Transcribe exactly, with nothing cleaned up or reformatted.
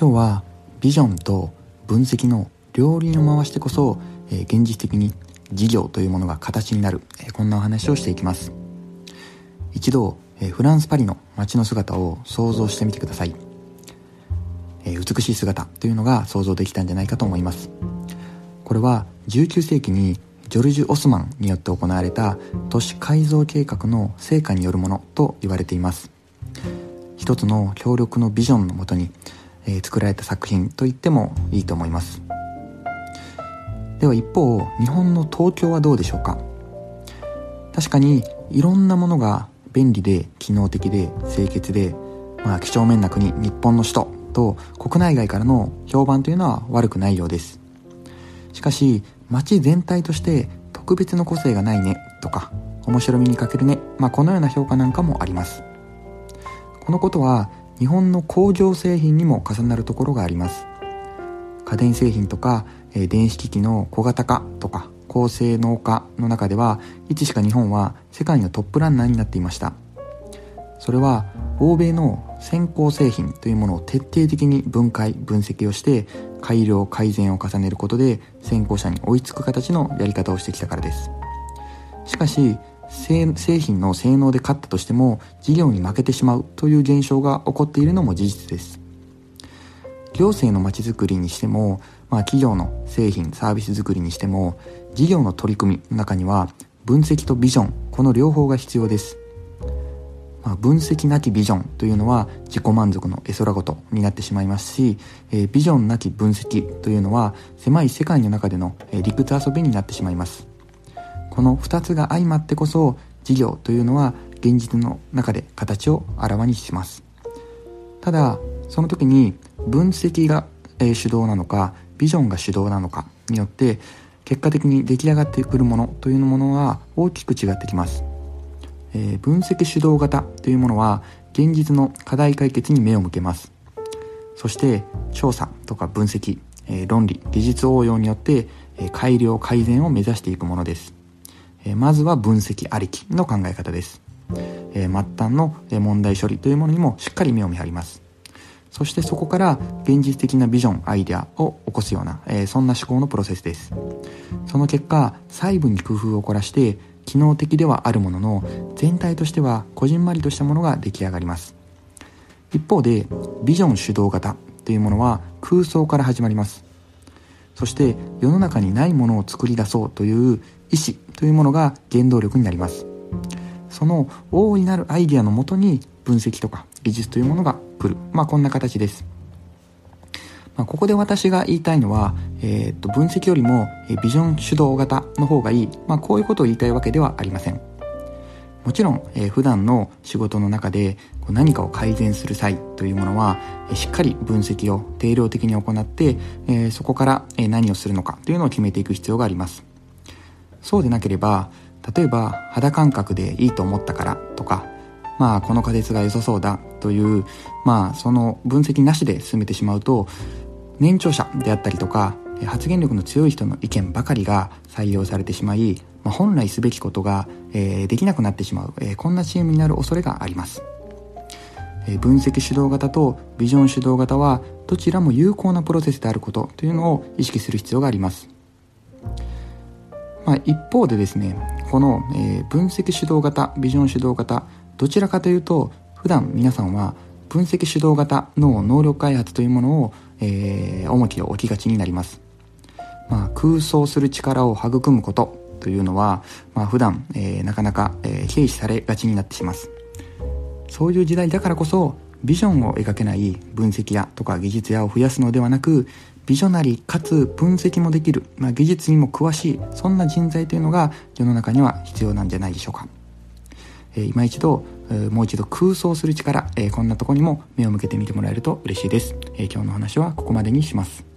今日はビジョンと分析の両輪を回してこそ、えー、現実的に事業というものが形になる、えー、こんなお話をしていきます。一度、えー、フランスパリの街の姿を想像してみてください。えー、美しい姿というのが想像できたんじゃないかと思います。これはじゅうきゅうせいきにジョルジュ・オスマンによって行われた都市改造計画の成果によるものと言われています。一つの強力のビジョンのもとに、えー、作られた作品と言ってもいいと思います。では一方、日本の東京はどうでしょうか。確かにいろんなものが便利で機能的で清潔で、まあ、几帳面な国日本の首都と国内外からの評判というのは悪くないようです。しかし街全体として特別の個性がないねとか面白みに欠けるね、まあ、このような評価なんかもあります。このことは日本の工業製品にも重なるところがあります。家電製品とか、えー、電子機器の小型化とか高性能化の中ではいつしか日本は世界のトップランナーになっていました。それは欧米の先行製品というものを徹底的に分解分析をして改良改善を重ねることで先行者に追いつく形のやり方をしてきたからです。しかし製品の性能で勝ったとしても事業に負けてしまうという現象が起こっているのも事実です。行政のまちづくりにしても、まあ、企業の製品サービス作りにしても事業の取り組みの中には分析とビジョン、この両方が必要です。まあ、分析なきビジョンというのは自己満足の絵空事になってしまいますし、えー、ビジョンなき分析というのは狭い世界の中での、えー、理屈遊びになってしまいます。このふたつが相まってこそ事業というのは現実の中で形をあらわにします。ただその時に分析が、えー、主導なのかビジョンが主導なのかによって結果的に出来上がってくるものというものは大きく違ってきます。えー、分析主導型というものは現実の課題解決に目を向けます。そして調査とか分析、えー、論理技術応用によって、えー、改良改善を目指していくものです。えー、まずは分析ありきの考え方です。えー、末端の問題処理というものにもしっかり目を見張ります。そしてそこから現実的なビジョンアイデアを起こすような、えー、そんな思考のプロセスです。その結果細部に工夫を凝らして機能的ではあるものの全体としてはこじんまりとしたものが出来上がります。一方でビジョン主導型というものは空想から始まります。そして世の中にないものを作り出そうという意志というものが原動力になります。その大いなるアイデアのもとに分析とか技術というものが来る、まあこんな形です。まあ、ここで私が言いたいのは、えー、と分析よりもビジョン主導型の方がいい、まあ、こういうことを言いたいわけではありません。もちろん、えー、普段の仕事の中で何かを改善する際というものはしっかり分析を定量的に行って、えー、そこから何をするのかというのを決めていく必要があります。そうでなければ例えば肌感覚でいいと思ったからとか、まあこの仮説が良さそうだという、まあその分析なしで進めてしまうと年長者であったりとか発言力の強い人の意見ばかりが採用されてしまい、まあ、本来すべきことが、えー、できなくなってしまう、えー、こんなチームになる恐れがあります。えー、分析主導型とビジョン主導型はどちらも有効なプロセスであることというのを意識する必要があります。まあ、一方でですね、この、えー、分析主導型ビジョン主導型どちらかというと普段皆さんは分析主導型の能力開発というものを、えー、重きを置きがちになります。まあ、空想する力を育むことというのは、まあ、普段、えー、なかなか、えー、軽視されがちになってします。そういう時代だからこそビジョンを描けない分析屋とか技術屋を増やすのではなくビジョナリーかつ分析もできる、まあ、技術にも詳しいそんな人材というのが世の中には必要なんじゃないでしょうか。えー、今一度、えー、もう一度空想する力、えー、こんなところにも目を向けてみてもらえると嬉しいです。えー、今日の話はここまでにします。